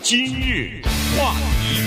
今日话题，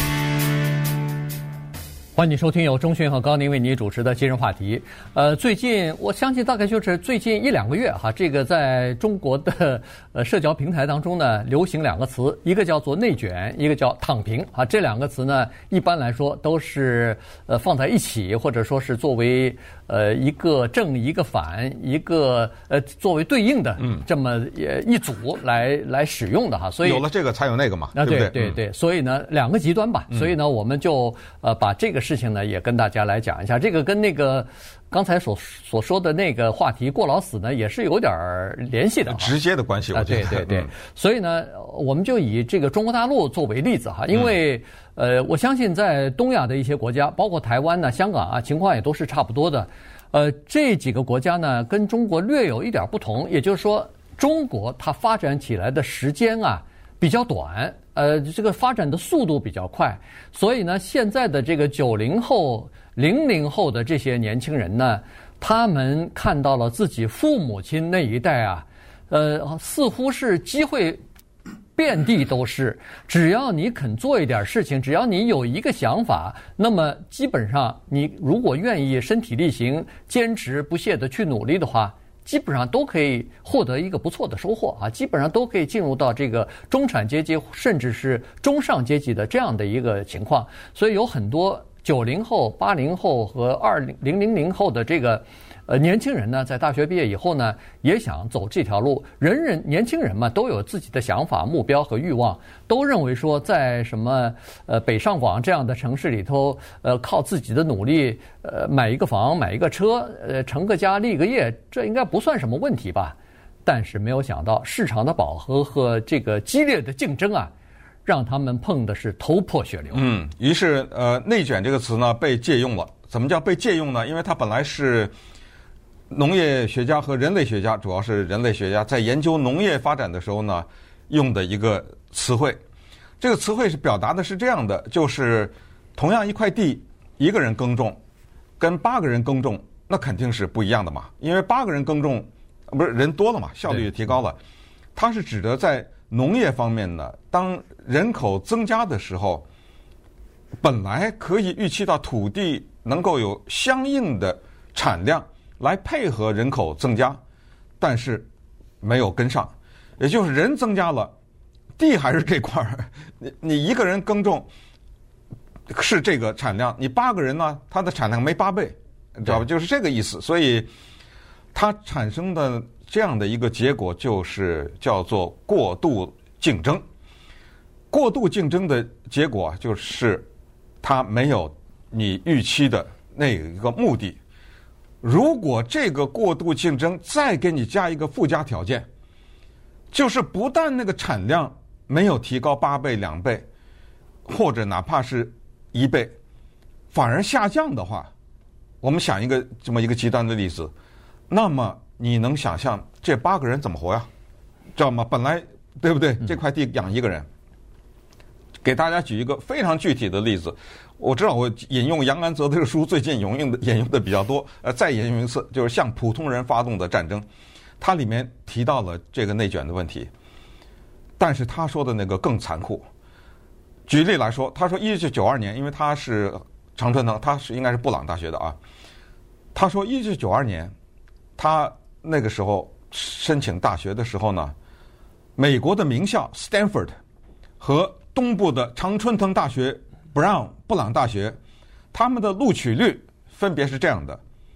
欢迎收听由钟迅和高宁为你主持的今日话题。最近我相信大概就是最近1-2个月哈，这个在中国的社交平台当中呢，流行2个词，一个叫做内卷，一个叫躺平啊。这2个词呢，一般来说都是放在一起，或者说是作为一个正一个反，一个作为对应的这么一组来使用的哈。所以有了这个才有那个嘛，对不对？ 对对。所以呢，2个极端吧。所以呢，我们就把这个事情呢也跟大家来讲一下。这个跟那个刚才所说的那个话题过劳死呢，也是有点联系的， 直接的关系。我觉得对。所以呢，我们就以这个中国大陆作为例子哈，因为我相信在东亚的一些国家，包括台湾呢、香港啊，情况也都是差不多的。这几个国家呢，跟中国略有一点不同，也就是说，中国它发展起来的时间啊比较短，这个发展的速度比较快，所以呢，现在的这个90后、00后的这些年轻人呢，他们看到了自己父母亲那一代啊，似乎是机会遍地都是，只要你肯做一点事情，只要你有一个想法，那么基本上你如果愿意身体力行、坚持不懈地去努力的话，基本上都可以获得一个不错的收获啊！基本上都可以进入到这个中产阶级，甚至是中上阶级的这样的一个情况。所以有很多90后、80后和2000后的这个年轻人呢，在大学毕业以后呢，也想走这条路。年轻人嘛，都有自己的想法、目标和欲望，都认为说，在什么北上广这样的城市里头，靠自己的努力，买一个房、买一个车，成个家、立个业，这应该不算什么问题吧？但是没有想到，市场的饱和和这个激烈的竞争啊，让他们碰的是头破血流。 于是内卷这个词呢被借用了。怎么叫被借用呢？因为它本来是农业学家和人类学家，主要是人类学家在研究农业发展的时候呢，用的一个词汇。这个词汇是表达的是这样的，就是同样一块地，1个人耕种，跟8个人耕种，那肯定是不一样的嘛。因为8个人耕种，不是人多了嘛，效率也提高了。它是指的在农业方面呢，当人口增加的时候，本来可以预期到土地能够有相应的产量来配合人口增加，但是没有跟上，也就是人增加了，地还是这块儿，你1个人耕种是这个产量，你8个人呢，它的产量没8倍，知道吧？就是这个意思。所以它产生的这样的一个结果，就是叫做过度竞争。过度竞争的结果就是它没有你预期的那一个目的。如果这个过度竞争再给你加一个附加条件，就是不但那个产量没有提高8倍、2倍，或者哪怕是1倍，反而下降的话，我们想这么一个极端的例子，那么你能想象这8个人怎么活呀？知道吗？本来对不对？这块地养1个人。给大家举一个非常具体的例子，我知道我引用杨安泽的这个书最近引用的比较多，再引用一次，就是向普通人发动的战争，它里面提到了这个内卷的问题，但是他说的那个更残酷。举例来说，他说1992年，因为他是常春藤，他应该是布朗大学的啊，他说1992年，他那个时候申请大学的时候呢，美国的名校 Stanford 和东部的常春藤大学布朗大学，他们的录取率分别是这样的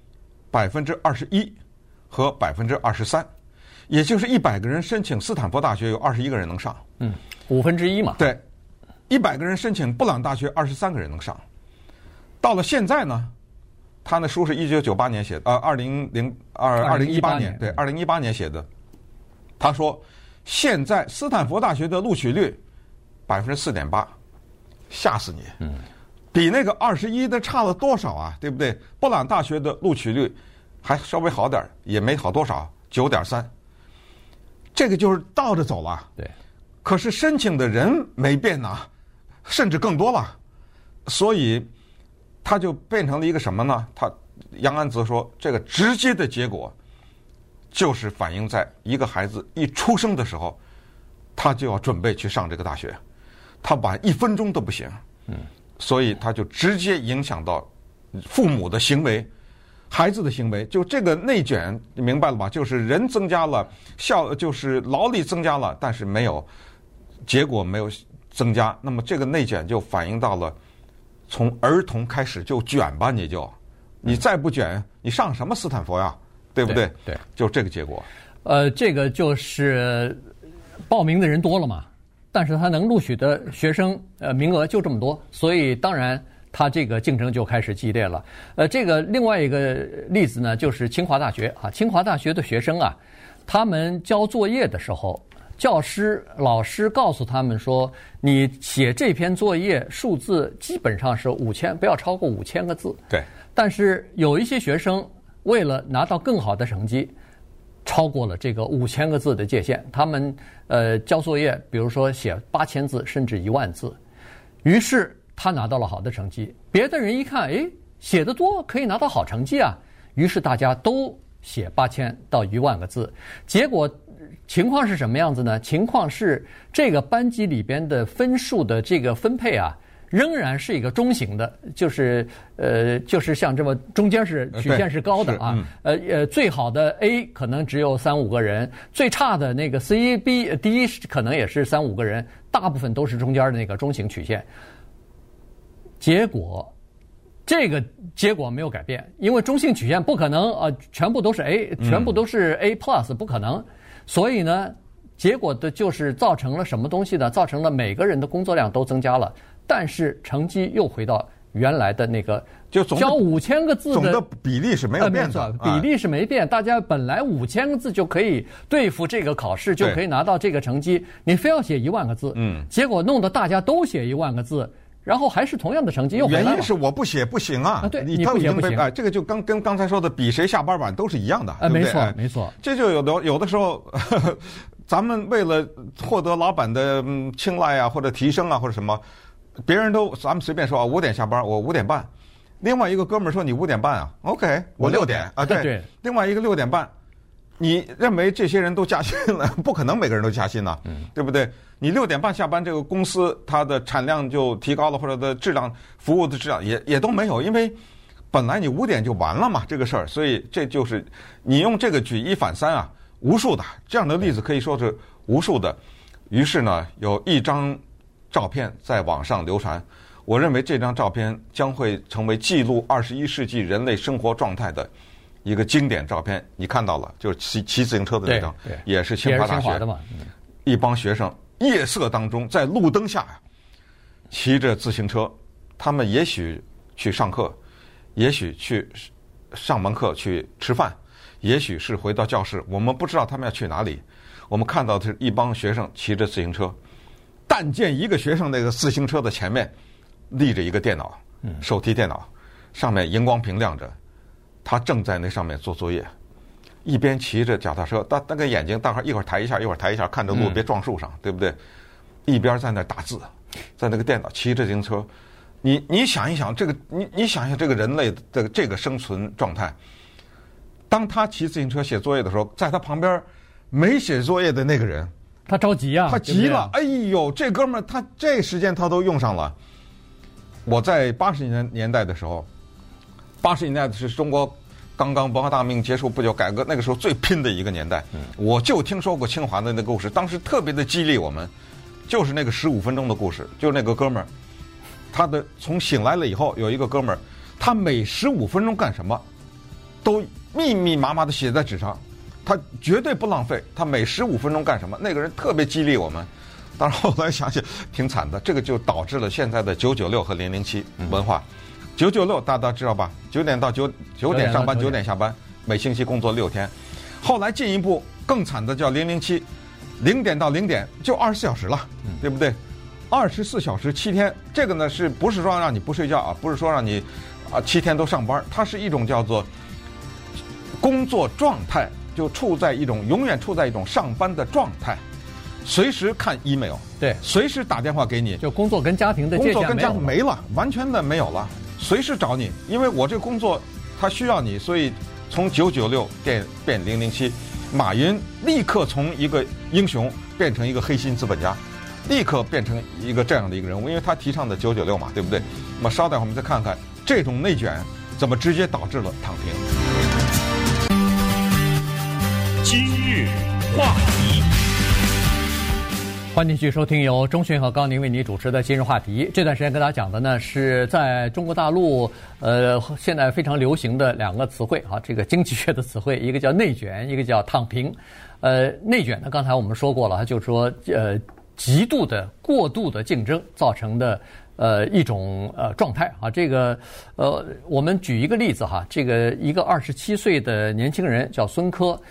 ：21%和23%，也就是100个人申请斯坦福大学有21个人能上 1/5嘛。 对，100个人申请布朗大学23个人能上。到了现在呢，他那书是1998年写的，2018年，对，2018年写的。他说，现在斯坦福大学的录取率4.8%，吓死你！比那个21的差了多少啊？对不对？布朗大学的录取率还稍微好点，也没好多少，9.3%。这个就是倒着走了。 对。 可是申请的人没变呐，甚至更多了，所以他就变成了一个什么呢？杨安泽说，这个直接的结果就是反映在一个孩子一出生的时候，他就要准备去上这个大学。 他晚1分钟都不行。所以他就直接影响到父母的行为。孩子的行为，就这个内卷，你明白了吧？就是人增加了，就是劳力增加了，但是没有结果，没有增加。那么这个内卷就反映到了从儿童开始就卷吧，你再不卷，你上什么斯坦福呀？对不对？ 对， 就这个结果。 这个就是报名的人多了嘛，但是他能录取的学生名额就这么多，所以当然。他这个竞争就开始激烈了。这个另外一个例子呢，就是清华大学啊。清华大学的学生啊，他们交作业的时候，老师告诉他们说，你写这篇作业数字基本上是5000，不要超过5000个字。 对。 但是有一些学生为了拿到更好的成绩，超过了这个5000个字的界限。他们交作业，比如说写8000字甚至10000字，于是。他拿到了好的成绩，别的人一看，哎，写得多可以拿到好成绩啊，于是大家都写8000到10000个字。结果情况是什么样子呢？情况是这个班级里边的分数的这个分配啊，仍然是一个中型的，就是像这么中间是曲线是高的啊。最好的 A 可能只有3-5个人，最差的那个 C、B、D 可能也是3-5个人，大部分都是中间的那个中型曲线。结果，这个结果没有改变，因为中性曲线不可能全部都是 A， 全部都是 A plus， 不可能。所以呢，结果的就是造成了什么东西呢？造成了每个人的工作量都增加了，但是成绩又回到原来的那个， 就交5000个字的总的比例是没有变的， 比例是没变。大家本来5000个字就可以对付这个考试，就可以拿到这个成绩，你非要写10000个字，结果弄得大家都写10000个字。然后还是同样的成绩又回来了。 原因是我不写不行啊！ 对，你不写不行。 这个就跟刚才说的比谁下班晚都是一样的，对不对？ 没错，没错。 这就有的时候，咱们为了获得老板的青睐啊，或者提升啊，或者什么，别人都咱们随便说啊，5点下班，我5点半。另外一个哥们儿说你5点半啊 ，OK， 我6点啊，对。另外一个6点半。你认为这些人都加薪了？不可能每个人都加薪呐，对不对？你6点半下班，这个公司它的产量就提高了，或者的质量、服务的质量也都没有，因为本来你5点就完了嘛，这个事儿。所以这就是你用这个举一反三啊，无数的这样的例子可以说是无数的。于是呢，有一张照片在网上流传，我认为这张照片将会成为记录21世纪人类生活状态的一个经典照片。你看到了，就是骑自行车的那张，也是清华大学的嘛。 一帮学生夜色当中在路灯下骑着自行车，他们也许去上课，也许去上完课去吃饭，也许是回到教室，我们不知道他们要去哪里。我们看到的是一帮学生骑着自行车，但见一个学生那个自行车的前面立着一个电脑，手提电脑，上面荧光屏亮着。他正在那上面做作业，一边骑着脚踏车，那个眼睛大概一会儿抬一下，一会儿抬一下，看着路别撞树上，对不对？一边在那打字，在那个电脑骑着自行车。你想一想这个，你想一想这个人类的这个生存状态。当他骑自行车写作业的时候，在他旁边没写作业的那个人， 他着急啊， 他急了，哎呦，这哥们儿他这时间他都用上了。我在80年代的时候，80年代是中国刚刚文化大革命结束不久，改革那个时候最拼的一个年代。我就听说过清华的那个故事，当时特别的激励我们，就是那个15分钟的故事，就是那个哥们儿，他的从醒来了以后，有一个哥们儿，他每15分钟干什么，都密密麻麻的写在纸上，他绝对不浪费。他每15分钟干什么，那个人特别激励我们。当然后来想想挺惨的，这个就导致了现在的996和007文化。996大家知道吧？9点到9点上班，9点下班，每星期工作6天。后来进一步更惨的叫007，0点到0点就24小时了，对不对？24小时7天，这个呢是不是说让你不睡觉啊？不是说让你7天都上班，它是一种叫做工作状态，就永远处在一种上班的状态。随时看 email， 对， 随时打电话给你， 就工作跟家庭的界限没了，完全的没有了。随时找你，因为我这个工作它需要你，所以从996变007，马云立刻从一个英雄变成一个黑心资本家， 立刻变成一个这样的一个人物，因为他提倡的996嘛，对不对？那么稍待会儿我们再看看这种内卷怎么直接导致了躺平。 今日话题。 欢迎继续收听由钟迅和高宁为你主持的今日话题。这段时间跟大家讲的呢，是在中国大陆现在非常流行的2个词汇啊，这个经济学的词汇，一个叫内卷，一个叫躺平。内卷呢，刚才我们说过了，就是说极度的过度的竞争造成的一种状态啊。这个我们举一个例子哈，这个一个27岁的年轻人叫孙科，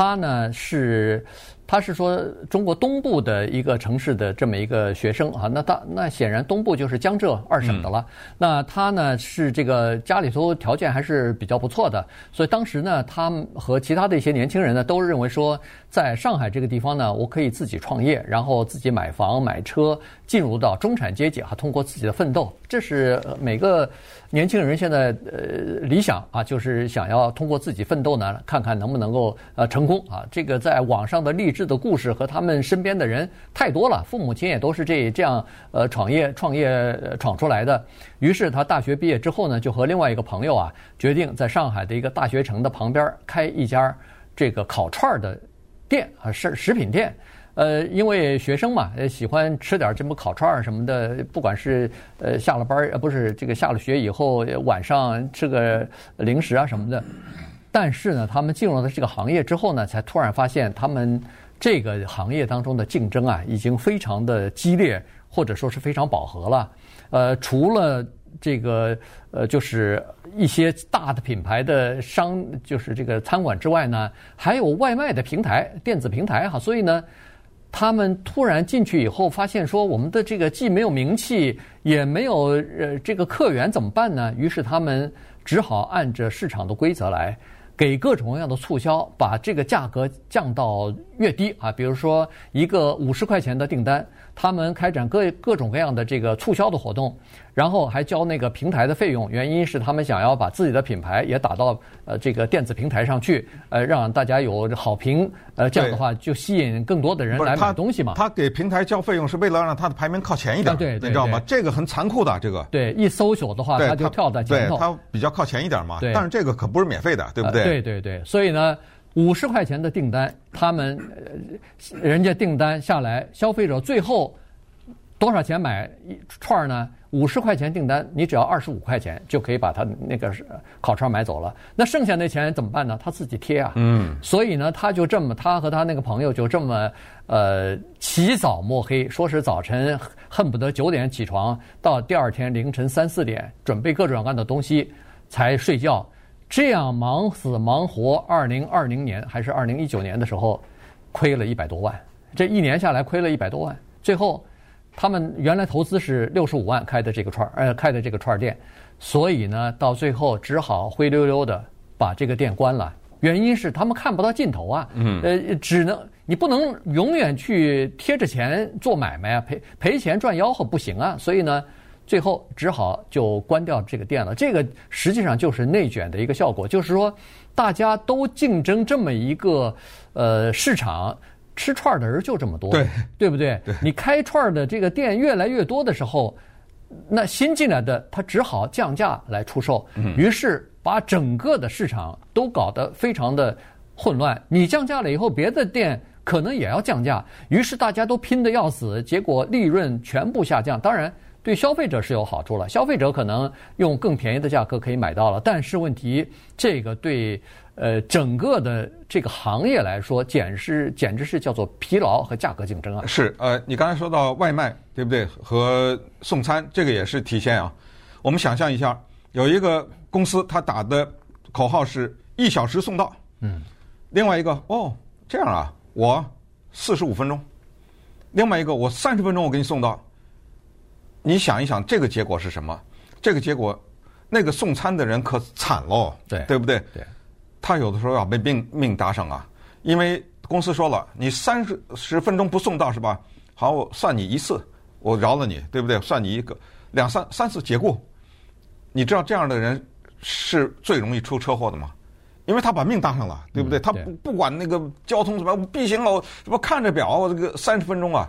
他是说中国东部的一个城市的这么一个学生啊，那显然东部就是江浙2省的了。那他呢是这个家里头条件还是比较不错的，所以当时呢，他和其他的一些年轻人呢都认为说，在上海这个地方呢，我可以自己创业，然后自己买房买车，进入到中产阶级啊，通过自己的奋斗，这是每个年轻人现在理想啊，就是想要通过自己奋斗呢，看看能不能够成功啊。这个在网上的励志的故事和他们身边的人太多了，父母亲也都是这样创业闯出来的。于是他大学毕业之后呢，就和另外一个朋友啊，决定在上海的一个大学城的旁边开一家这个烤串的店啊，食品店。因为学生嘛，喜欢吃点这么烤串什么的，不管是下了班不是这个下了学以后晚上吃个零食啊什么的。但是呢，他们进入了这个行业之后呢，才突然发现他们这个行业当中的竞争啊，已经非常的激烈，或者说是非常饱和了。除了这个就是一些大的品牌的就是这个餐馆之外呢，还有外卖的平台、电子平台哈。所以呢，他们突然进去以后，发现说我们的这个既没有名气，也没有这个客源，怎么办呢？于是他们只好按着市场的规则来，给各种各样的促销，把这个价格降到越低啊。比如说一个50块钱的订单，他们开展各种各样的这个促销的活动，然后还交那个平台的费用。原因是他们想要把自己的品牌也打到这个电子平台上去，让大家有好评。这样的话就吸引更多的人来买东西嘛。他给平台交费用是为了让他的排名靠前一点， 对， 你知道吗？这个很残酷的，这个对，一social的话他就跳在前头， 对，他比较靠前一点嘛。但是这个可不是免费的，对不对？ 对，所以呢，50块钱的订单，他们人家订单下来，消费者最后多少钱买一串呢？50块钱订单，你只要25块钱就可以把他那个烤串买走了。那剩下那钱怎么办呢？他自己贴啊。所以呢，他和他那个朋友就这么起早摸黑，说是早晨恨不得9点起床，到第二天凌晨3、4点准备各种各样的东西才睡觉。这样忙死忙活，2020年还是2019年的时候，亏了100多万。这一年下来亏了100多万，最后他们原来投资是65万开的这个串店，所以呢，到最后只好灰溜溜的把这个店关了。原因是他们看不到尽头啊，你不能永远去贴着钱做买卖啊，赔钱赚吆喝不行啊，所以呢，最后只好就关掉这个店了。这个实际上就是内卷的一个效果，就是说大家都竞争这么一个市场。吃串的人就这么多，对不对？你开串的这个店越来越多的时候，那新进来的他只好降价来出售，于是把整个的市场都搞得非常的混乱。你降价了以后，别的店可能也要降价，于是大家都拼得要死，结果利润全部下降。当然对消费者是有好处了，消费者可能用更便宜的价格可以买到了，但是问题这个对整个的这个行业来说，简直是叫做疲劳和价格竞争啊。 是你刚才说到外卖，对不对？和送餐，这个也是体现啊。我们想象一下，有一个公司，他打的口号是1小时送到，另外一个这样啊，我45分钟，另外一个我30分钟我给你送到。你想一想，这个结果是什么？这个结果，那个送餐的人可惨喽，对不对？ 对。 他有的时候要被命搭上啊，因为公司说了，你30分钟不送到是吧？好，我算你1次，我饶了你，对不对？算你一个2、3次解雇。你知道这样的人是最容易出车祸的吗？因为他把命搭上了，对不对？他不管那个交通什么，不行了，我看着表，我这个30分钟啊，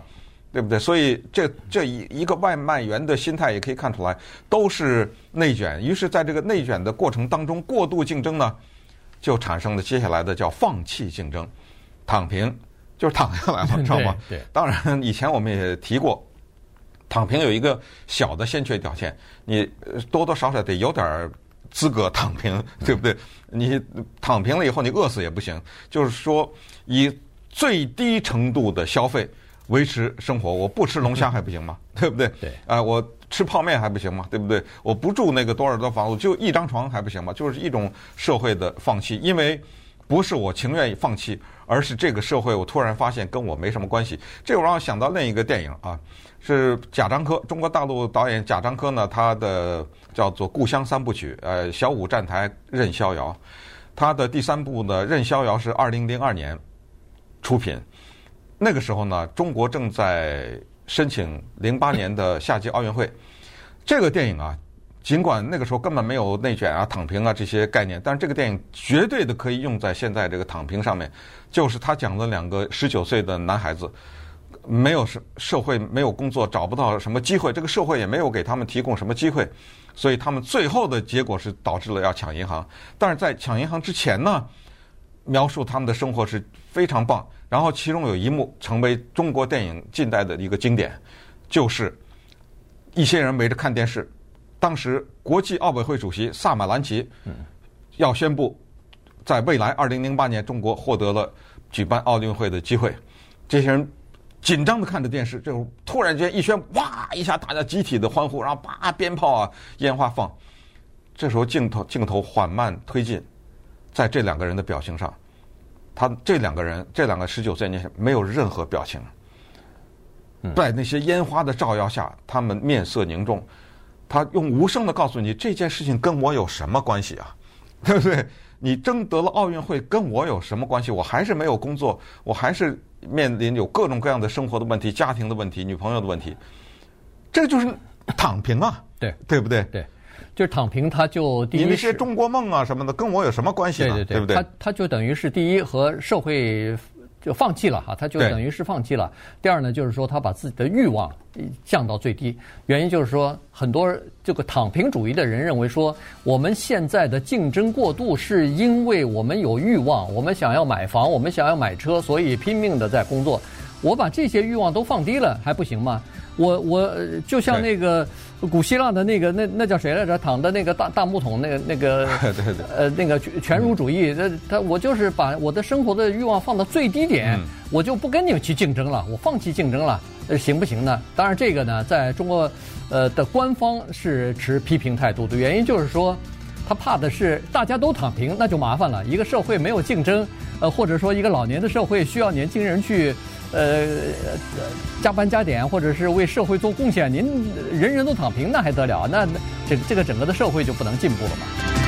对不对？所以这一个外卖员的心态也可以看出来，都是内卷。于是，在这个内卷的过程当中，过度竞争呢，就产生了接下来的叫放弃竞争，躺平就是躺下来了，知道吗？ 对。 当然，以前我们也提过，躺平有一个小的先决条件，你多多少少得有点资格躺平，对不对？你躺平了以后，你饿死也不行。就是说，以最低程度的消费维持生活，我不吃龙虾还不行吗？对不对？ 对。 我吃泡面还不行吗？对不对？我不住那个多少多房子，就一张床还不行吗？就是一种社会的放弃，因为不是我情愿放弃，而是这个社会我突然发现跟我没什么关系。这让我想到另一个电影啊，是贾樟柯，中国大陆导演贾樟柯呢，他的叫做《故乡三部曲》，小五站台任逍遥，他的第3部呢，任逍遥是2002年出品。那个时候呢，中国正在申请08年的夏季奥运会。这个电影啊，尽管那个时候根本没有内卷啊、躺平啊这些概念，但是这个电影绝对的可以用在现在这个躺平上面。就是他讲了2个19岁的男孩子，没有社会，没有工作，找不到什么机会，这个社会也没有给他们提供什么机会，所以他们最后的结果是导致了要抢银行。但是在抢银行之前呢，描述他们的生活是非常棒。然后其中有一幕成为中国电影近代的一个经典，就是一些人围着看电视。当时国际奥委会主席萨马兰奇要宣布，在未来2008年中国获得了举办奥运会的机会。这些人紧张地看着电视，这突然间一宣，哇一下大家集体的欢呼，然后叭鞭炮啊烟花放。这时候镜头缓慢推进，在这2个人的表情上，这2个19岁年轻人没有任何表情，在那些烟花的照耀下，他们面色凝重。他用无声的告诉你，这件事情跟我有什么关系啊？对不对？你争得了奥运会跟我有什么关系？我还是没有工作，我还是面临有各种各样的生活的问题、家庭的问题、女朋友的问题。这就是躺平啊，对不对？ 对，就是躺平，他就第一， 你那些中国梦啊什么的，跟我有什么关系呢？对不对？ 他就等于是第一和社会就放弃了哈，他就等于是放弃了。第二呢，就是说他把自己的欲望降到最低，原因就是说很多这个躺平主义的人认为说，我们现在的竞争过度是因为我们有欲望，我们想要买房，我们想要买车，所以拼命的在工作。我把这些欲望都放低了还不行吗？我就像那个古希腊的那叫谁来着？躺的那个大木桶那个那个全儒主义，我就是把我的生活的欲望放到最低点，我就不跟你们去竞争了，我放弃竞争了，行不行呢？当然这个呢，在中国的官方是持批评态度的，原因就是说，他怕的是大家都躺平，那就麻烦了。一个社会没有竞争，或者说一个老年的社会需要年轻人去加班加点，或者是为社会做贡献，您人人都躺平，那还得了？那这个整个的社会就不能进步了嘛。